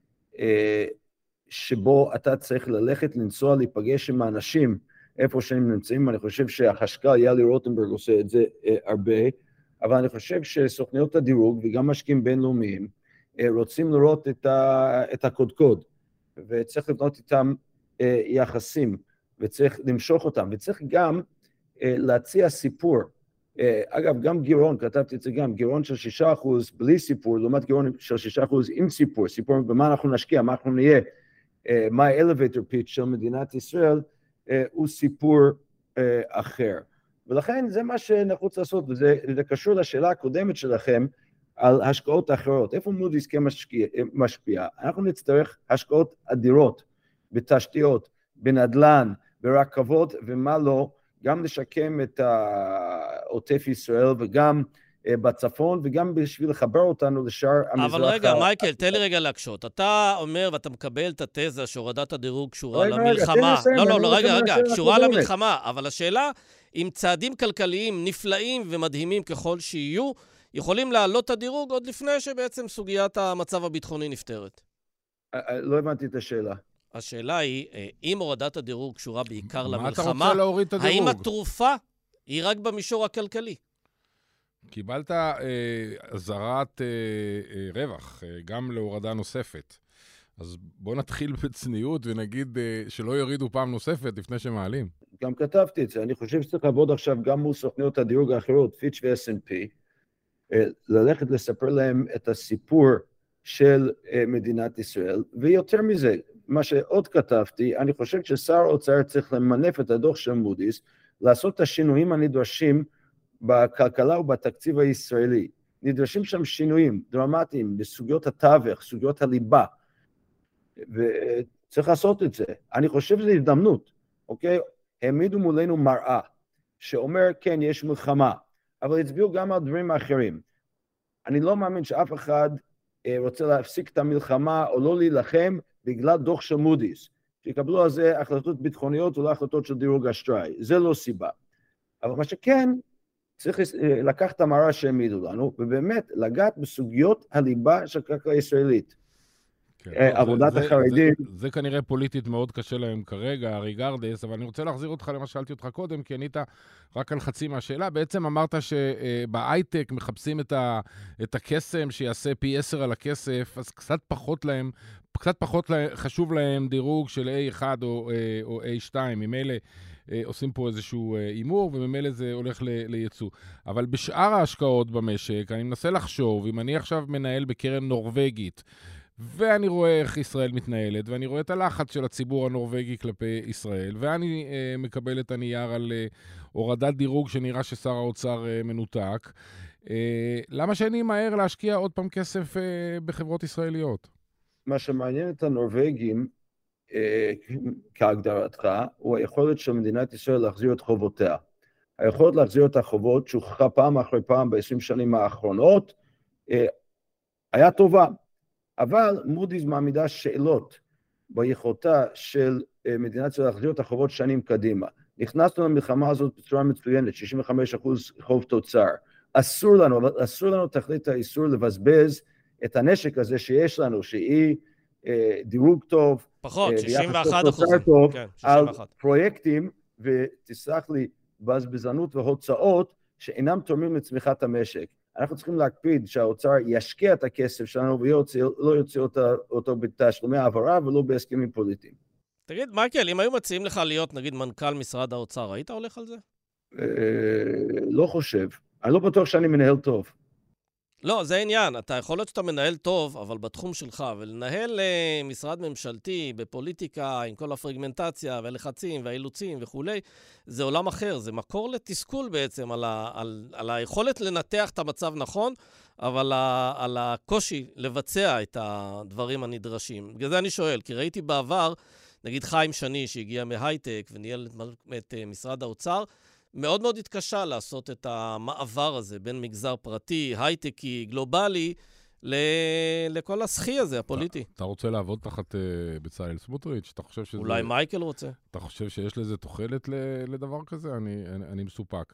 שבו אתה צריך ללכת, לנסוע, להיפגש עם האנשים, איפה שהם נמצאים. אני חושב שהחשכ"ל יאלי רוטנברג עושה את זה הרבה, אבל אני חושב שסוכניות הדירוג וגם משקיעים בינלאומיים רוצים לראות את, ה, את הקודקוד, וצריך לבנות איתם יחסים. וצריך למשוך אותם, וצריך גם להציע סיפור. אגב, גם גירעון, כתבתי את זה גם, גירעון של שישה אחוז בלי סיפור, לעומת גירעון של שישה אחוז עם סיפור, סיפור במה אנחנו נשקיע, מה אנחנו נהיה, מה ה-elevator pitch של מדינת ישראל, הוא סיפור אחר. ולכן זה מה שנחוץ לעשות, וזה, וזה קשור לשאלה הקודמת שלכם, על השקעות אחרות. איפה מודי'ס כן משפיע? אנחנו נצטרך השקעות אדירות, בתשתיות, בנדלן, ברכבות, ומה לא, גם לשקם את עוטף ישראל, וגם בצפון, וגם בשביל לחבר אותנו לשאר המזרח. אבל רגע, מייקל, תן לי רגע להקשות. אתה אומר, ואתה מקבל את התזה שהורדת הדירוג קשורה למלחמה. לא, לא, לא, רגע, רגע, קשורה למלחמה. אבל השאלה, אם צעדים כלכליים נפלאים ומדהימים ככל שיהיו, יכולים להעלות את הדירוג עוד לפני שבעצם סוגיית המצב הביטחוני נפתרת. לא הבנתי את השאלה. השאלה היא, אם הורדת הדירוג קשורה בעיקר למלחמה, האם התרופה היא רק במישור הכלכלי? קיבלת אזהרת אה, אה, רווח, אה, גם להורדה נוספת. אז בוא נתחיל בצניעות ונגיד אה, שלא יורידו פעם נוספת לפני שמעלים. גם כתבתי את זה, אני חושב שצריך לעבוד עכשיו גם מול סוכניות הדירוג האחרות, פיץ' ו-אס אנד פי, ללכת לספר להם את הסיפור של מדינת ישראל, ויותר מזה, מה שעוד כתבתי, אני חושב ששר האוצר צריך למנף את הדוח של מודי'ס, לעשות את השינויים הנדרשים בכלכלה ובתקציב הישראלי. נדרשים שם שינויים דרמטיים בסוגיות התווך, סוגיות הליבה, וצריך לעשות את זה. אני חושב שזו הזדמנות, אוקיי? העמידו מולנו מראה, שאומר, כן, יש מלחמה, אבל הצביעו גם על דברים אחרים. אני לא מאמין שאף אחד רוצה להפסיק את המלחמה או לא להילחם בגלל דוח של מודי'ס, שיקבלו על זה החלטות ביטחוניות ולא החלטות של דירוג אשראי. זה לא סיבה. אבל מה שכן, צריך לקחת את המראה שהעמידו לנו, ובאמת לגעת בסוגיות הליבה של הכלכלה הישראלית. עבודת החרדים. זה, זה, זה כנראה פוליטית מאוד קשה להם כרגע, ריגרדס, אבל אני רוצה להחזיר אותך למה שאלתי אותך קודם, כי ענית רק על חצי מהשאלה. בעצם אמרת שבהייטק מחפשים את, ה, את הקסם שיעשה פי עשר על הכסף, אז קצת פחות להם, קצת פחות חשוב להם דירוג של איי אחת או, או איי שתיים, ממילא עושים פה איזשהו אימור, וממילא זה הולך ליצוא. אבל בשאר ההשקעות במשק, אני מנסה לחשוב, אם אני עכשיו מנהל בקרן נורווגית, ואני רואה איך ישראל מתנהלת, ואני רואה את הלחץ של הציבור הנורווגי כלפי ישראל, ואני אה, מקבל את הנייר על אה, הורדת דירוג שנראה ששר האוצר אה, מנותק. אה, למה שאני מהר להשקיע עוד פעם כסף אה, בחברות ישראליות? מה שמעניין את הנורווגים, אה, כהגדרתך, הוא היכולת של מדינת ישראל להחזיר את חובותיה. היכולת להחזיר את החובות שהוכחה פעם אחרי פעם ב-עשרים שנים האחרונות, אה, היה טובה. אבל מודי'ס מעמידה שאלות ביכולתה של מדינת ישראל להחזיר את החובות שנים קדימה. נכנסנו למלחמה הזאת בצורה מצוינת, שישים וחמישה אחוז חוב תוצר. אסור לנו, אבל אסור לנו תכלית האיסור לבזבז את הנשק הזה שיש לנו, שהיא אה, דירוג טוב, פחות, שישים ואחד אחוז, טוב, כן, על פרויקטים, ותסלח לי, בזבזנות והוצאות, שאינם תורמים לצמיחת המשק. אנחנו צריכים להקפיד שהאוצר ישקיע את הכסף שלנו ולא יוציא אותו בתשלומי העברה ולא בהסכמים פוליטיים. תגיד, מייקל, אם היו מציעים לך להיות, נגיד, מנכ"ל משרד האוצר, היית הולך על זה? לא חושב. אני לא בטוח שאני מנהל טוב. לא, זה העניין. אתה יכול להיות שאתה מנהל טוב, אבל בתחום שלך, ולנהל משרד ממשלתי בפוליטיקה עם כל הפרגמנטציה והלחצים והאילוצים וכו', זה עולם אחר. זה מקור לתסכול בעצם על, ה, על, על היכולת לנתח את המצב נכון, אבל ה, על הקושי לבצע את הדברים הנדרשים. בגלל זה אני שואל, כי ראיתי בעבר, נגיד חיים שני שהגיע מהייטק וניהל את משרד האוצר, מאוד מאוד התקשה לעשות את המעבר הזה בין מגזר פרטי, הייטקי, גלובלי, לכל הסחי הזה, הפוליטי. אתה רוצה לעבוד תחת בצלאל סמוטריץ'? אתה חושב שזה... אולי מייקל רוצה. אתה חושב שיש לזה תוחלת לדבר כזה? אני, אני מסופק.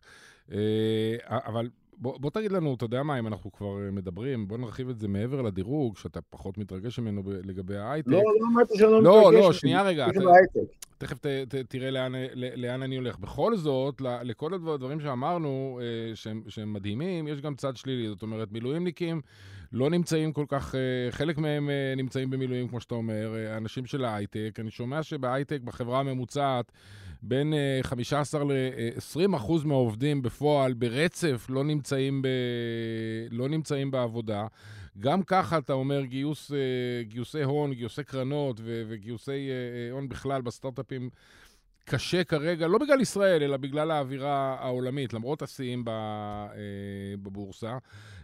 אבל בוא, בוא תגיד לנו, אתה יודע מה, אם אנחנו כבר מדברים, בוא נרחיב את זה מעבר לדירוג, שאתה פחות מתרגש ממנו לגבי ההייטק. לא, לא אמרתי שאני לא מתרגש. לא, לא, שנייה רגע. תכף ת, ת, תראה לאן, לאן אני הולך. בכל זאת, לכל הדברים שאמרנו, שהם, שהם מדהימים, יש גם צד שלילי. זאת אומרת, מילואימניקים לא נמצאים כל כך, חלק מהם נמצאים במילואים, כמו שאתה אומר, אנשים של ההייטק. אני שומע שבהייטק, בחברה הממוצעת, בין חמישה עשר ל-עשרים אחוז מהעובדים בפועל ברצף לא נמצאים, ב... לא נמצאים בעבודה. גם ככה אתה אומר גיוס, גיוסי הון, גיוסי קרנות ו... וגיוסי הון בכלל בסטארט-אפים קשה כרגע, לא בגלל ישראל, אלא בגלל האווירה העולמית, למרות השיאים בבורסה.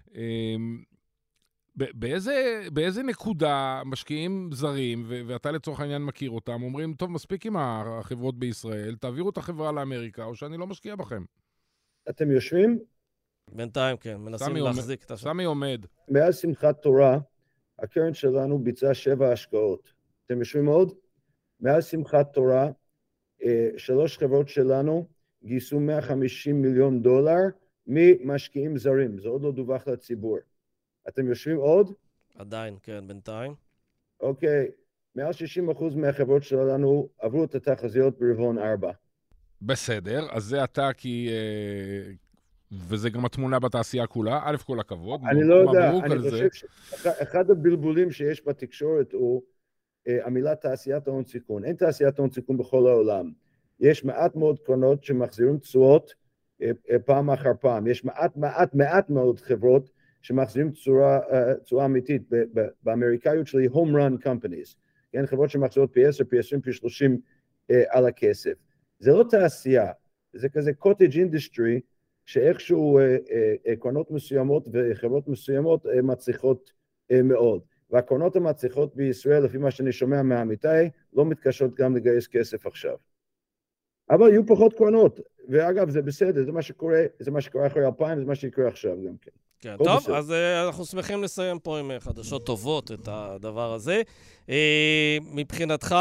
באיזה, באיזה נקודה משקיעים זרים, ו- ואתה לצורך העניין מכיר אותם, אומרים, טוב, מספיק עם החברות בישראל, תעבירו את החברה לאמריקה, או שאני לא משקיע בכם. אתם יושבים? בינתיים, כן, מנסים להחזיק את השם. סמי עומד. מאז שמחת תורה, הקרן שלנו ביצעה שבע השקעות. אתם יושבים עוד? מאז שמחת תורה, שלוש חברות שלנו גייסו מאה וחמישים מיליון דולר ממשקיעים זרים. זה עוד לא דווח לציבור. אתם יושבים עוד? עדיין, כן, בינתיים. אוקיי, מעל שישים אחוז מהחברות שלנו עברו את התחזיות ברבעון ארבע. בסדר, אז זה אתה כי... וזה גם התמונה בתעשייה כולה. א', כל הכבוד. אני לא יודע, אני חושב שאחד הבלבולים שיש בתקשורת הוא המילה תעשיית ההון סיכון. אין תעשיית ההון סיכון בכל העולם. יש מעט מאוד קרנות שמחזירים תשואות פעם אחר פעם. יש מעט מעט מעט מאוד חברות שמחזירים תשואה אמיתית. באמריקאיות שלי, home run companies. כן, חברות שמחזירות פי עשר, פי עשרים, פי שלושים על הכסף. זה לא תעשייה, זה כזה cottage industry, שאיכשהו קרנות מסוימות וחברות מסוימות מצליחות מאוד. והקרנות המצליחות בישראל, לפי מה שאני שומע מהעמיתי, לא מתקשות גם לגייס כסף עכשיו. אבל יהיו פחות קרנות, ואגב, זה בסדר, זה מה שקורה, זה מה שקורה אחרי אלפיים, זה מה שקורה עכשיו גם כן. כן, טוב, בסדר. אז uh, אנחנו שמחים לסיים פה עם חדשות טובות את הדבר הזה. Uh, מבחינתך,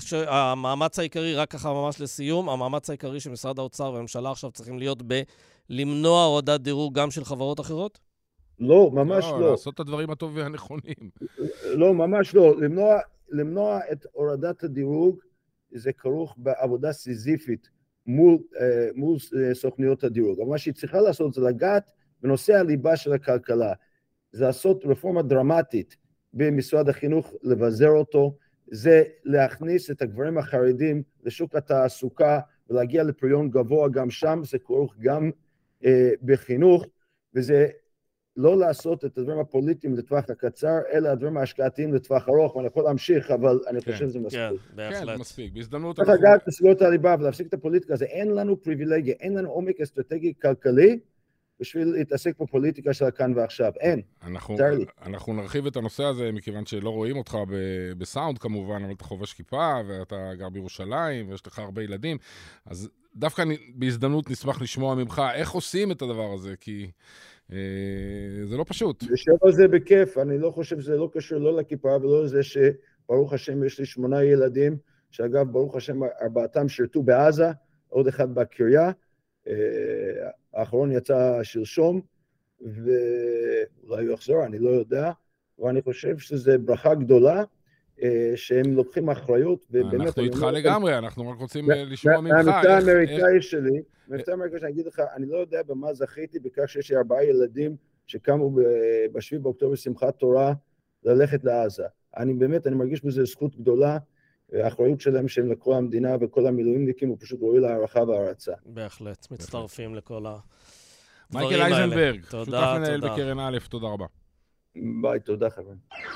המאמץ העיקרי, רק ככה ממש לסיום, המאמץ העיקרי של משרד האוצר והממשלה עכשיו צריכים להיות בלמנוע הורדת דירוג גם של חברות אחרות? לא, ממש לא. לא, לעשות את הדברים הטובים והנכונים. לא, ממש לא. למנוע, למנוע את הורדת הדירוג, זה כרוך בעבודה סיזיפית מול, מול סוכניות הדירוג. אבל מה שהיא צריכה לעשות זה לגעת בנושא הליבה של הכלכלה. זה לעשות רפורמה דרמטית במשרד החינוך, לבזר אותו, זה להכניס את הגברים החרדים לשוק התעסוקה ולהגיע לפריון גבוה גם שם, זה כרוך גם אה, בחינוך, וזה לא לעשות את הדברים הפוליטיים לטווח הקצר, אלא הדברים ההשקעתיים לטווח ארוך, ואני יכול להמשיך, אבל אני כן, חושב שזה מספיק. כן, בהחלט. כן, מספיק. בהזדמנות... צריך לגעת בסוגיות הליבה ולהפסיק את הפוליטיקה, זה אין לנו פריבילגיה, אין לנו עומק אסטרטגי כלכלי, בשביל להתעסק בפוליטיקה של כאן ועכשיו. אין. אנחנו, אנחנו נרחיב את הנושא הזה, מכיוון שלא רואים אותך ב- בסאונד כמובן, אבל אתה חובש כיפה, ואתה גר בירושלים, ויש לך הרבה ילדים. אז דווקא בהזדמנות נשמח לשמוע ממך, איך עושים את הדבר הזה, כי אה, זה לא פשוט. יושב על זה בכיף, אני לא חושב שזה לא קשור לא לכיפה, ולא לזה שברוך השם יש לי שמונה ילדים, שאגב, ברוך השם, ארבעתם שירתו בעזה, עוד אחד בקריה, האחרון יצא שלשום, ואולי הוא יחזור, אני לא יודע, ואני חושב שזו ברכה גדולה, שהם לוקחים אחריות, ובאמת... אנחנו איתך לגמרי, אנחנו רק רוצים לשמוע ממך. מהמבטא האמריקאי שלי, מהמבטא האמריקאי שאני אגיד לך, אני לא יודע במה זכיתי, בכך שיש לי ארבעה ילדים שקמו בשביעי באוקטובר שמחת תורה, ללכת לעזה. אני באמת, אני מרגיש בזה זכות גדולה, האחריות שלהם שהם לקחו המדינה וכל המילואימניקים, הוא פשוט ראוי להערכה והערצה. בהחלט, מצטרפים לכל הדברים האלה. מייקל אייזנברג, שותף מנהל בקרן א', תודה רבה. ביי, תודה חברים.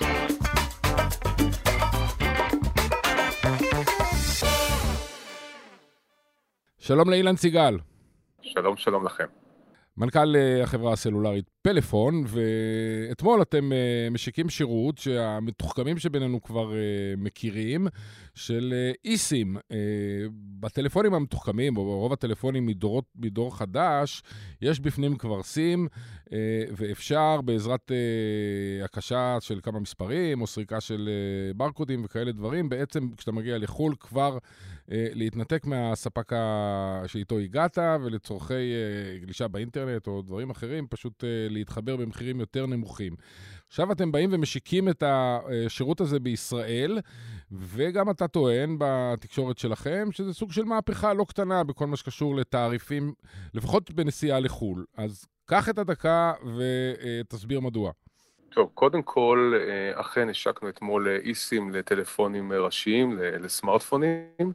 שלום לאילן סיגל. שלום, שלום לכם. מנכ"ל החברה הסלולרית פלאפון, ואתמול אתם משיקים שירות שהמתוחכמים שבינינו כבר מכירים, של אי-סים. בטלפונים המתוחכמים, או ברוב הטלפונים מדור, מדור חדש, יש בפנים כבר סים, ואפשר בעזרת הקשה של כמה מספרים, או סריקה של ברקודים וכאלה דברים, בעצם כשאתה מגיע לחול כבר להתנתק מהספק שאיתו הגעת, ולצורכי גלישה באינטרנט או דברים אחרים, פשוט להתחבר במחירים יותר נמוכים. עכשיו אתם באים ומשיקים את השירות הזה בישראל, וגם אתה טוען בתקשורת שלכם, שזה סוג של מהפכה לא קטנה בכל מה שקשור לתעריפים, לפחות בנסיעה לחול. אז קח את הדקה ותסביר מדוע. טוב, קודם כל, אכן השקנו אתמול אי-סים לטלפונים ראשיים, לסמארטפונים,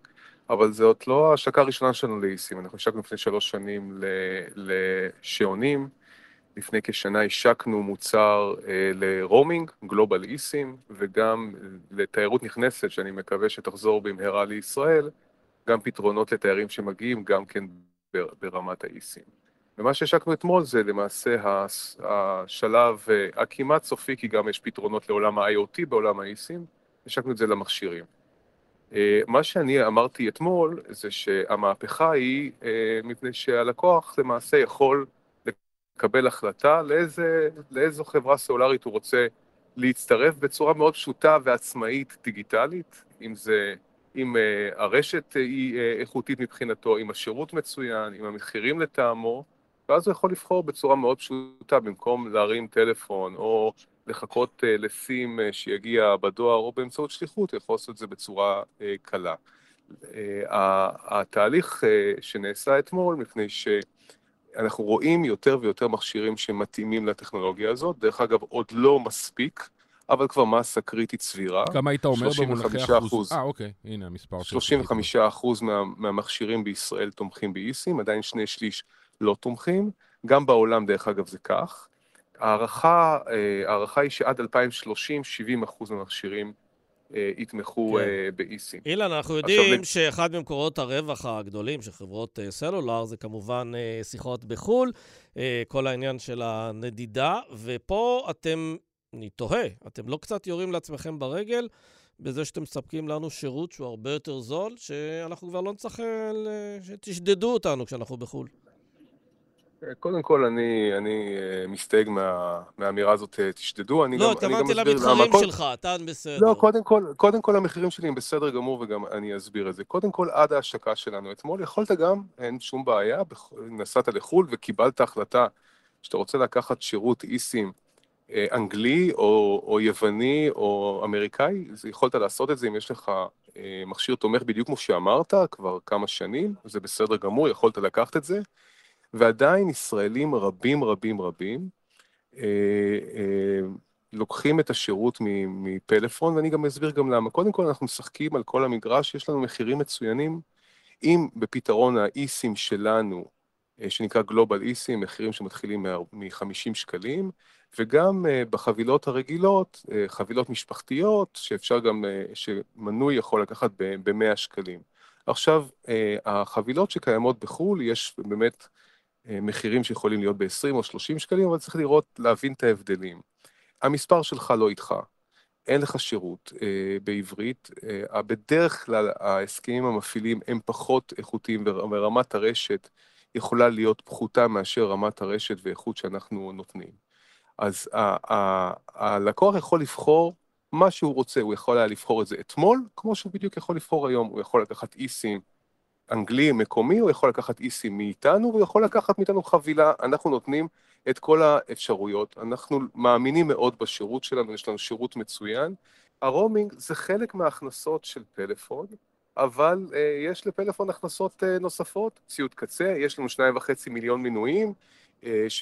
אבל זאת לא ההשקה הראשונה שלנו לאיסים. אנחנו השקנו לפני שלוש שנים לשעונים. לפני כשנה השקנו מוצר אה, לרומינג, גלובל איסים, וגם לתיירות נכנסת, שאני מקווה שתחזור במהרה לישראל, גם פתרונות לתיירים שמגיעים, גם כן ברמת האיסים. ומה שהשקנו אתמול זה למעשה השלב הכמעט סופי, כי גם יש פתרונות לעולם ה-איי או טי בעולם האיסים, השקנו את זה למכשירים. מה שאני אמרתי אתמול זה שהמהפכה היא מפני שהלקוח למעשה יכול לקבל החלטה לאיזה, לאיזו חברה סלולרית הוא רוצה להצטרף בצורה מאוד פשוטה ועצמאית דיגיטלית, אם זה, אם הרשת היא איכותית מבחינתו, אם השירות מצוין, אם המחירים לטעמו, ואז הוא יכול לבחור בצורה מאוד פשוטה במקום להרים טלפון או לחכות לסים שיגיע בדואר או באמצעות שליחות, יכול לעשות את זה בצורה קלה. התהליך שנעשה אתמול, מפני שאנחנו רואים יותר ויותר מכשירים שמתאימים לטכנולוגיה הזאת, דרך אגב עוד לא מספיק, אבל כבר מסה קריטית סבירה. כמה היית אומר במונחי אחוז? אה, אוקיי, הנה המספר. שלושים וחמישה אחוז מה, מהמכשירים בישראל תומכים באיסים, עדיין שני שליש לא תומכים, גם בעולם דרך אגב זה כך. הערכה, הערכה היא שעד אלפיים ושלושים שבעים אחוז מהמכשירים יתמכו כן. באיסים. אילן, אנחנו יודעים עכשיו, שאחד ממקורות הרווח הגדולים של חברות סלולר זה כמובן שיחות בחול, כל העניין של הנדידה, ופה אתם, אני תוהה, אתם לא קצת יורים לעצמכם ברגל, בזה שאתם מספקים לנו שירות שהוא הרבה יותר זול, שאנחנו כבר לא נצטרך שתשדדו אותנו כשאנחנו בחול. קודם כל, אני, אני מסתייג מה, מהאמירה הזאת, תשדדו. אני לא, גם, התכוונתי אני גם למתחרים כל... שלך, אתה בסדר. לא, קודם כל, קודם כל המחירים שלי הם בסדר גמור, וגם אני אסביר את זה. קודם כל, עד ההשקה שלנו אתמול, יכולת גם, אין שום בעיה, נסעת לחול וקיבלת החלטה שאתה רוצה לקחת שירות איסים אנגלי או, או יווני או אמריקאי, אז יכולת לעשות את זה אם יש לך מכשיר תומך בדיוק כמו שאמרת, כבר כמה שנים, זה בסדר גמור, יכולת לקחת את זה. ועדיין ישראלים רבים רבים רבים אה, אה, לוקחים את השירות מפלאפון, ואני גם אסביר גם למה. קודם כל אנחנו משחקים על כל המגרש, יש לנו מחירים מצוינים, אם בפתרון האיסים שלנו, אה, שנקרא גלובל איסים, מחירים שמתחילים מ-חמישים שקלים, וגם אה, בחבילות הרגילות, אה, חבילות משפחתיות, שאפשר גם, אה, שמנוי יכול לקחת ב-מאה שקלים. עכשיו, אה, החבילות שקיימות בחול, יש באמת מחירים שיכולים להיות ב-עשרים או שלושים שקלים, אבל צריך לראות, להבין את ההבדלים. המספר שלך לא איתך, אין לך שירות אה, בעברית, אה, בדרך כלל ההסכמים המפעילים הם פחות איכותיים, ורמת הרשת יכולה להיות פחותה מאשר רמת הרשת ואיכות שאנחנו נותנים. אז ה- ה- הלקוח יכול לבחור מה שהוא רוצה, הוא יכול היה לבחור את זה אתמול, כמו שהוא בדיוק יכול לבחור היום, הוא יכול לקחת איסים, אנגלי, מקומי, הוא יכול לקחת איסים מאיתנו, הוא יכול לקחת מאיתנו חבילה, אנחנו נותנים את כל האפשרויות, אנחנו מאמינים מאוד בשירות שלנו, יש לנו שירות מצוין, הרומינג זה חלק מההכנסות של פלאפון, אבל uh, יש לפלאפון הכנסות uh, נוספות, ציוד קצה, יש לנו שניים וחצי מיליון מנויים, uh,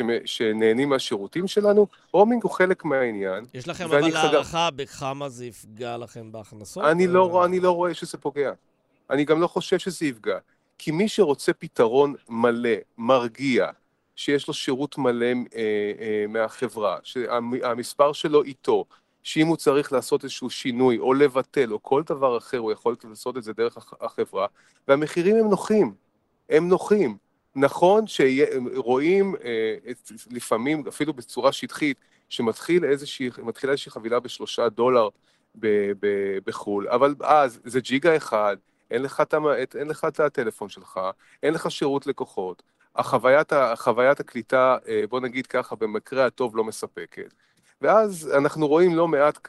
שנהנים מהשירותים שלנו, רומינג הוא חלק מהעניין. יש לכם אבל הערכה בכמה זה יפגע לכם בהכנסות? אני לא, אני לא רואה שזה פוגע. אני גם לא חושב שזה יפגע, כי מי שרוצה פתרון מלא, מרגיע, שיש לו שירות מלא אה, אה, מהחברה, שהמספר שלו איתו, שאם הוא צריך לעשות איזשהו שינוי או לבטל או כל דבר אחר, הוא יכול לעשות את זה דרך החברה, והמחירים הם נוחים, הם נוחים. נכון שרואים אה, לפעמים, אפילו בצורה שטחית, שמתחיל איזושהי, מתחילה איזושהי חבילה בשלושה דולר ב- ב- בחול, אבל אז זה ג'יגה אחד, אין לך, אין לך את הטלפון שלך, אין לך שירות לקוחות, החוויית, החוויית הקליטה, בוא נגיד ככה, במקרה הטוב לא מספקת. ואז אנחנו רואים לא מעט אה,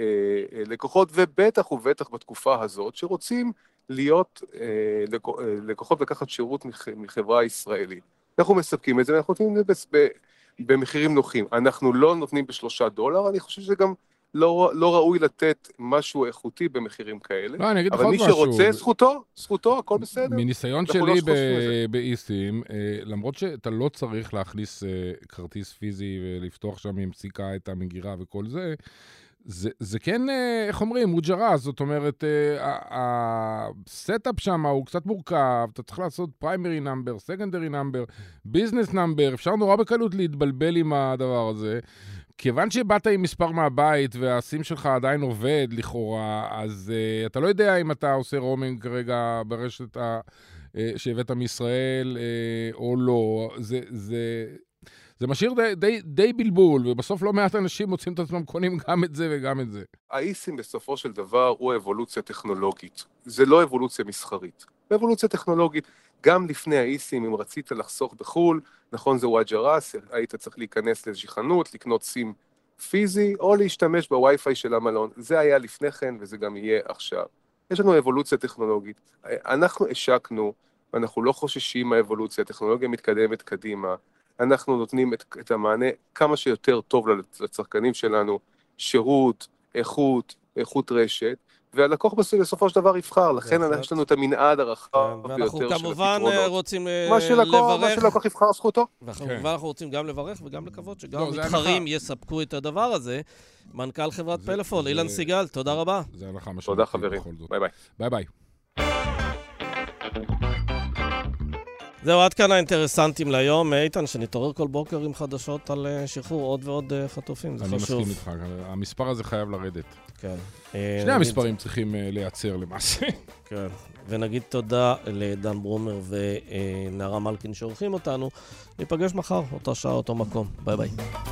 אה, לקוחות, ובטח ובטח בתקופה הזאת, שרוצים להיות אה, לקוחות לקחת שירות מחברה ישראלית. אנחנו מספקים את זה, ואנחנו נותנים את זה במחירים נוחים. אנחנו לא נותנים בשלושה דולר, אני חושב שזה גם לא, לא ראוי לתת משהו איכותי במחירים כאלה. לא, אני אגיד לך אבל עוד מי משהו. שרוצה, זכותו, זכותו, הכל בסדר. מניסיון שלי לא באיסים, למרות שאתה לא צריך להכניס כרטיס פיזי ולפתוח שם עם סיכה את המגירה וכל זה, זה, זה כן, איך אומרים, מוג'רה, זאת אומרת, הסטאפ שם הוא קצת מורכב, אתה צריך לעשות פריימרי נאמבר, סקנדרי נאמבר, ביזנס נאמבר, אפשר נורא בקלות להתבלבל עם הדבר הזה. כיוון שבאת עם מספר מהבית והסים שלך עדיין עובד לכאורה, אז uh, אתה לא יודע אם אתה עושה רומינג כרגע ברשת ה, uh, שהבאת מישראל uh, או לא. זה, זה, זה משאיר די, די, די בלבול, ובסוף לא מעט אנשים מוצאים את עצמם קונים גם את זה וגם את זה. האיסים בסופו של דבר הוא אבולוציה טכנולוגית. זה לא אבולוציה מסחרית. אבולוציה טכנולוגית, גם לפני האיסים, אם רצית לחסוך בחול, נכון, זה וואג'רס, היית צריך להיכנס לאיזושהי חנות, לקנות סים פיזי, או להשתמש בווי-פיי של המלון. זה היה לפני כן, וזה גם יהיה עכשיו. יש לנו אבולוציה טכנולוגית. אנחנו השקנו, ואנחנו לא חוששים מהאבולוציה, הטכנולוגיה מתקדמת קדימה. אנחנו נותנים את, את המענה כמה שיותר טוב לצרכנים שלנו, שירות, איכות, איכות רשת, והלקוח בסופו של דבר יבחר, לכן יש לנו את המנעד הרחב ביותר של הפתרונות. ואנחנו כמובן רוצים לברך. מה שלקוח יבחר זכותו. וכמובן אנחנו רוצים גם לברך וגם לקוות שגם המתחרים יספקו את הדבר הזה. מנכ"ל חברת פלאפון, אילן סיגל, תודה רבה. זה הנחה משמעותית. תודה חברים, ביי ביי. ביי ביי. זהו, עד כאן האינטרסנטים להיום. איתן, שנתעורר כל בוקר עם חדשות על שחרור עוד ועוד חטופים, זה חשוב. אני מסכים איתך, המספר הזה חייב לרדת. כן. שני המספרים צריכים לייצר למעשה. כן, ונגיד תודה לדן ברומר ונערה מלכין שעורכים אותנו. ניפגש מחר, אותה שעה, אותו מקום. ביי ביי.